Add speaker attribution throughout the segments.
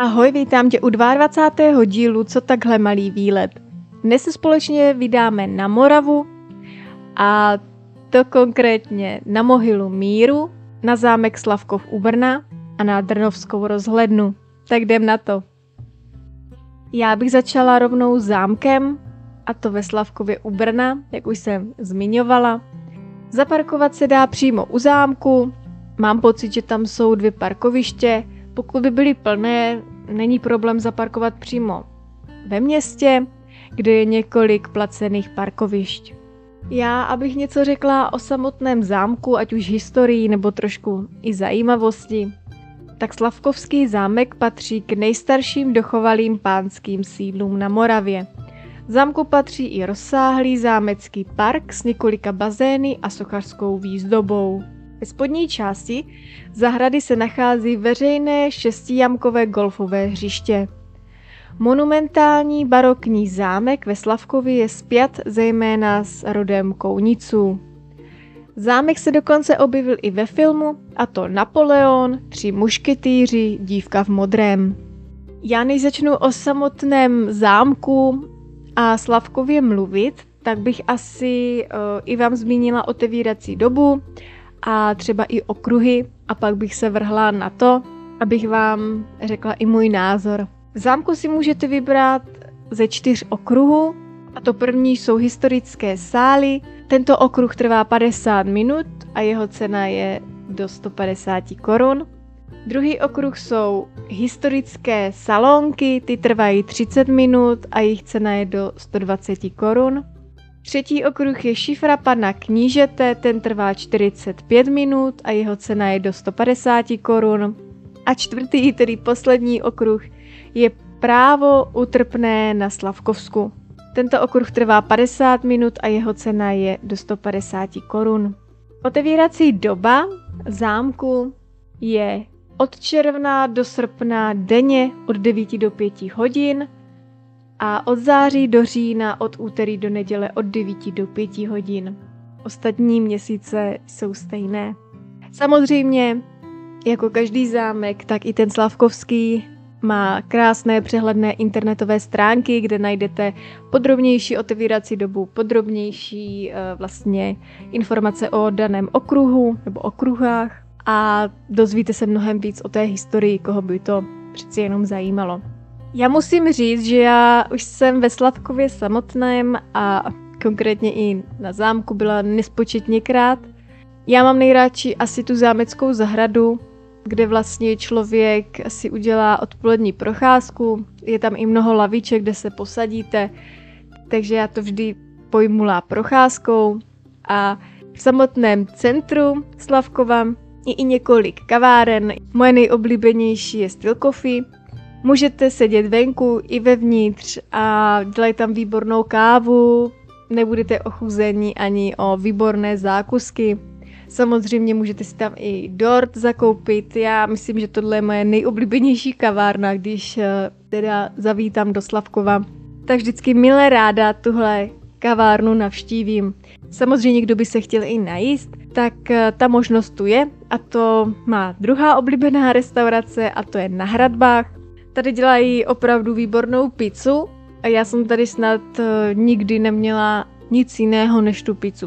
Speaker 1: Ahoj, vítám tě u 22. dílu Co takhle malý výlet. Dnes se společně vydáme na Moravu a to konkrétně na Mohylu míru, na zámek Slavkov u Brna a na Drnovskou rozhlednu. Tak jdem na to. Já bych začala rovnou zámkem, a to ve Slavkově u Brna, jak už jsem zmiňovala. Zaparkovat se dá přímo u zámku, mám pocit, že tam jsou 2 parkoviště. Pokud by byly plné, není problém zaparkovat přímo ve městě, kde je několik placených parkovišť. Já, abych něco řekla o samotném zámku, ať už historii nebo trošku i zajímavosti, tak Slavkovský zámek patří k nejstarším dochovalým pánským sídlům na Moravě. Zámku patří i rozsáhlý zámecký park s několika bazény a sochařskou výzdobou. Ve spodní části zahrady se nachází veřejné 6jámkové golfové hřiště. Monumentální barokní zámek ve Slavkově je spjat zejména s rodem Kouniců. Zámek se dokonce objevil i ve filmu, a to Napoleon, 3 mušketýři, dívka v modrém. Já než začnu o samotném zámku a Slavkově mluvit, tak bych asi i vám zmínila otevírací dobu a třeba i okruhy a pak bych se vrhla na to, abych vám řekla i můj názor. V zámku si můžete vybrat ze 4 okruhů a to první jsou historické sály. Tento okruh trvá 50 minut a jeho cena je do 150 korun. Druhý okruh jsou historické salonky, ty trvají 30 minut a jejich cena je do 120 korun. Třetí okruh je šifra pana knížete, ten trvá 45 minut a jeho cena je do 150 korun. A čtvrtý, tedy poslední okruh, je právo utrpné na Slavkovsku. Tento okruh trvá 50 minut a jeho cena je do 150 korun. Otevírací doba zámku je od června do srpna denně od 9 do 5 hodin a od září do října od úterý do neděle od 9 do 5 hodin. Ostatní měsíce jsou stejné. Samozřejmě, jako každý zámek, tak i ten Slavkovský má krásné přehledné internetové stránky, kde najdete podrobnější otevírací dobu, podrobnější vlastně informace o daném okruhu nebo okruhách a dozvíte se mnohem víc o té historii, koho by to přeci jenom zajímalo. Já musím říct, že já už jsem ve Slavkově samotném a konkrétně i na zámku byla nespočetněkrát. Já mám nejradši asi tu zámeckou zahradu, kde vlastně člověk si udělá odpolední procházku. Je tam i mnoho laviček, kde se posadíte, takže já to vždy pojmula procházkou. A v samotném centru Slavkova je i několik kaváren. Moje nejoblíbenější je Styl Coffee. Můžete sedět venku i vevnitř a dělají tam výbornou kávu, nebudete ochuzeni ani o výborné zákusky. Samozřejmě můžete si tam i dort zakoupit. Já myslím, že tohle je moje nejoblíbenější kavárna, když teda zavítám do Slavkova. Tak vždycky milé ráda tuhle kavárnu navštívím. Samozřejmě, kdo by se chtěl i najíst, tak ta možnost tu je a to má druhá oblíbená restaurace a to je Na Hradbách. Tady dělají opravdu výbornou pizzu a já jsem tady snad nikdy neměla nic jiného než tu pizzu,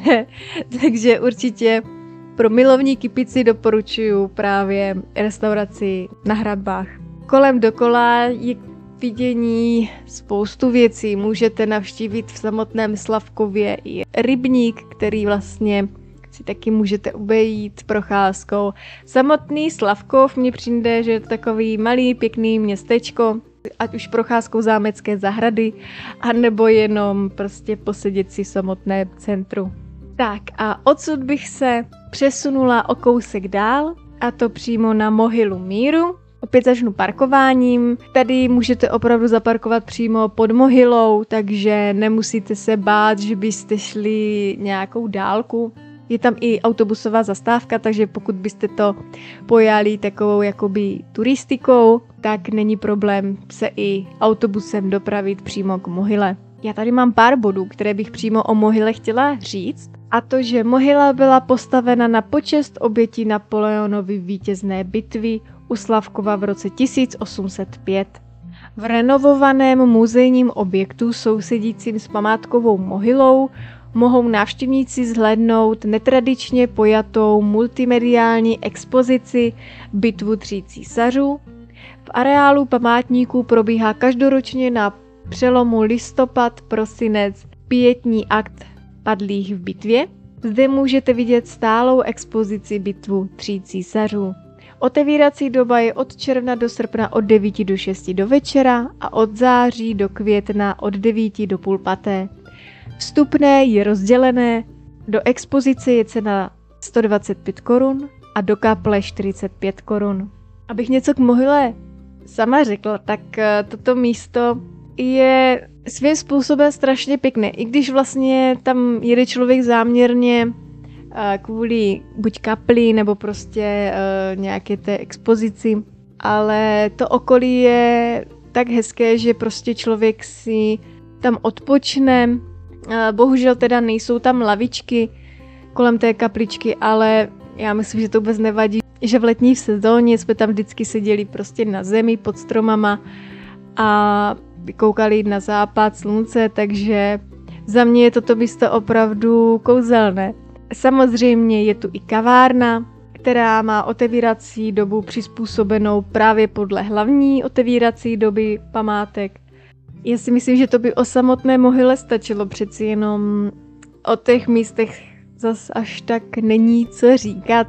Speaker 1: takže určitě pro milovníky pizzy doporučuji právě restauraci Na Hradbách. Kolem dokola je k vidění spoustu věcí, můžete navštívit v samotném Slavkově i rybník, který vlastně si taky můžete obejít procházkou. Samotný Slavkov mně přijde, že je to takový malý pěkný městečko, ať už procházkou zámecké zahrady, anebo jenom prostě posedět si v samotné centru. Tak a odsud bych se přesunula o kousek dál, a to přímo na Mohylu míru. Opět začnu parkováním. Tady můžete opravdu zaparkovat přímo pod Mohylou, takže nemusíte se bát, že byste šli nějakou dálku. Je tam i autobusová zastávka, takže pokud byste to pojali takovou jakoby turistikou, tak není problém se i autobusem dopravit přímo k Mohyle. Já tady mám pár bodů, které bych přímo o Mohyle chtěla říct. A to, že Mohyla byla postavena na počest obětí Napoleonovy vítězné bitvy u Slavkova v roce 1805. V renovovaném muzejním objektu sousedícím s památkovou mohylou mohou návštěvníci zhlédnout netradičně pojatou multimediální expozici Bitvu tří císařů. V areálu památníků probíhá každoročně na přelomu listopad-prosinec pietní akt padlých v bitvě. Zde můžete vidět stálou expozici Bitvu tří císařů. Otevírací doba je od června do srpna od 9 do 6 do večera a od září do května od 9 do půl paté. Vstupné je rozdělené, do expozice je cena 125 korun a do kaple 45 korun. Abych něco k mohyle sama řekla, tak toto místo je svým způsobem strašně pěkné, i když vlastně tam jede člověk záměrně kvůli buď kapli nebo prostě nějaké té expozici, ale to okolí je tak hezké, že prostě člověk si tam odpočne. Bohužel teda nejsou tam lavičky kolem té kapličky, ale já myslím, že to vůbec nevadí, že v letní sezóně jsme tam vždycky seděli prostě na zemi pod stromama a koukali na západ slunce, takže za mě je toto místo opravdu kouzelné. Samozřejmě je tu i kavárna, která má otevírací dobu přizpůsobenou právě podle hlavní otevírací doby památek. Já si myslím, že to by o samotné mohyle stačilo, přeci jenom o těch místech zas až tak není co říkat.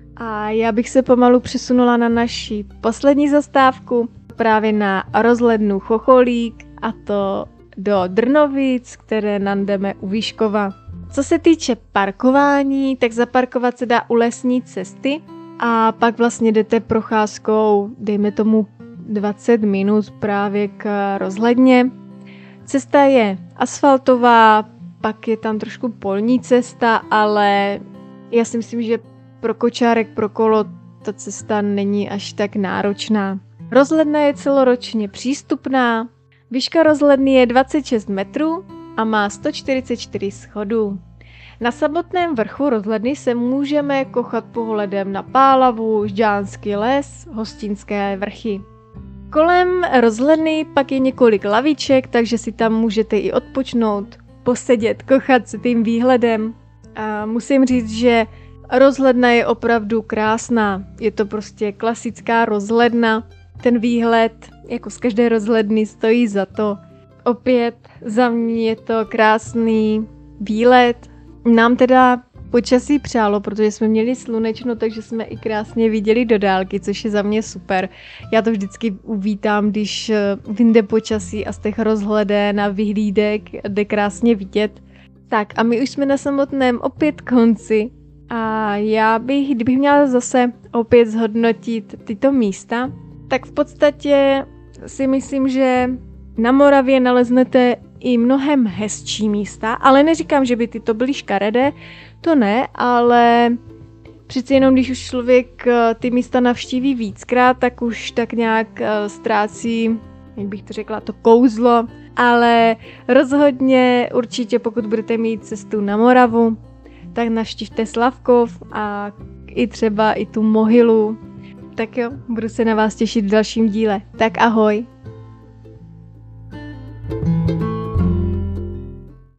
Speaker 1: A já bych se pomalu přesunula na naši poslední zastávku, právě na rozhlednu Chocholík, a to do Drnovic, které nandeme u Výškova. Co se týče parkování, tak zaparkovat se dá u lesní cesty a pak vlastně jdete procházkou, dejme tomu 20 minut právě k rozhledně. Cesta je asfaltová, pak je tam trošku polní cesta, ale já si myslím, že pro kočárek, pro kolo ta cesta není až tak náročná. Rozhledna je celoročně přístupná, výška rozhledny je 26 metrů a má 144 schodů. Na samotném vrchu rozhledny se můžeme kochat pohledem na Pálavu, Žďánský les, Hostinské vrchy. Kolem rozhledny pak je několik laviček, takže si tam můžete i odpočnout, posedět, kochat se tím výhledem. A musím říct, že rozhledna je opravdu krásná. Je to prostě klasická rozhledna. Ten výhled, jako z každé rozhledny, stojí za to. Opět za mě je to krásný výlet. Nám teda počasí přálo, protože jsme měli slunečno, takže jsme i krásně viděli do dálky, což je za mě super. Já to vždycky uvítám, když vyjde počasí a z těch rozhledén a vyhlídek jde krásně vidět. Tak a my už jsme na samotném opět konci a kdybych měla zase opět zhodnotit tyto místa, tak v podstatě si myslím, že na Moravě naleznete i mnohem hezčí místa, ale neříkám, že by tyto byly škaredé, to ne, ale přeci jenom, když už člověk ty místa navštíví víckrát, tak už tak nějak ztrácí, jak bych to řekla, to kouzlo, ale rozhodně určitě, pokud budete mít cestu na Moravu, tak navštivte Slavkov a i třeba i tu mohylu. Tak jo, budu se na vás těšit v dalším díle. Tak ahoj!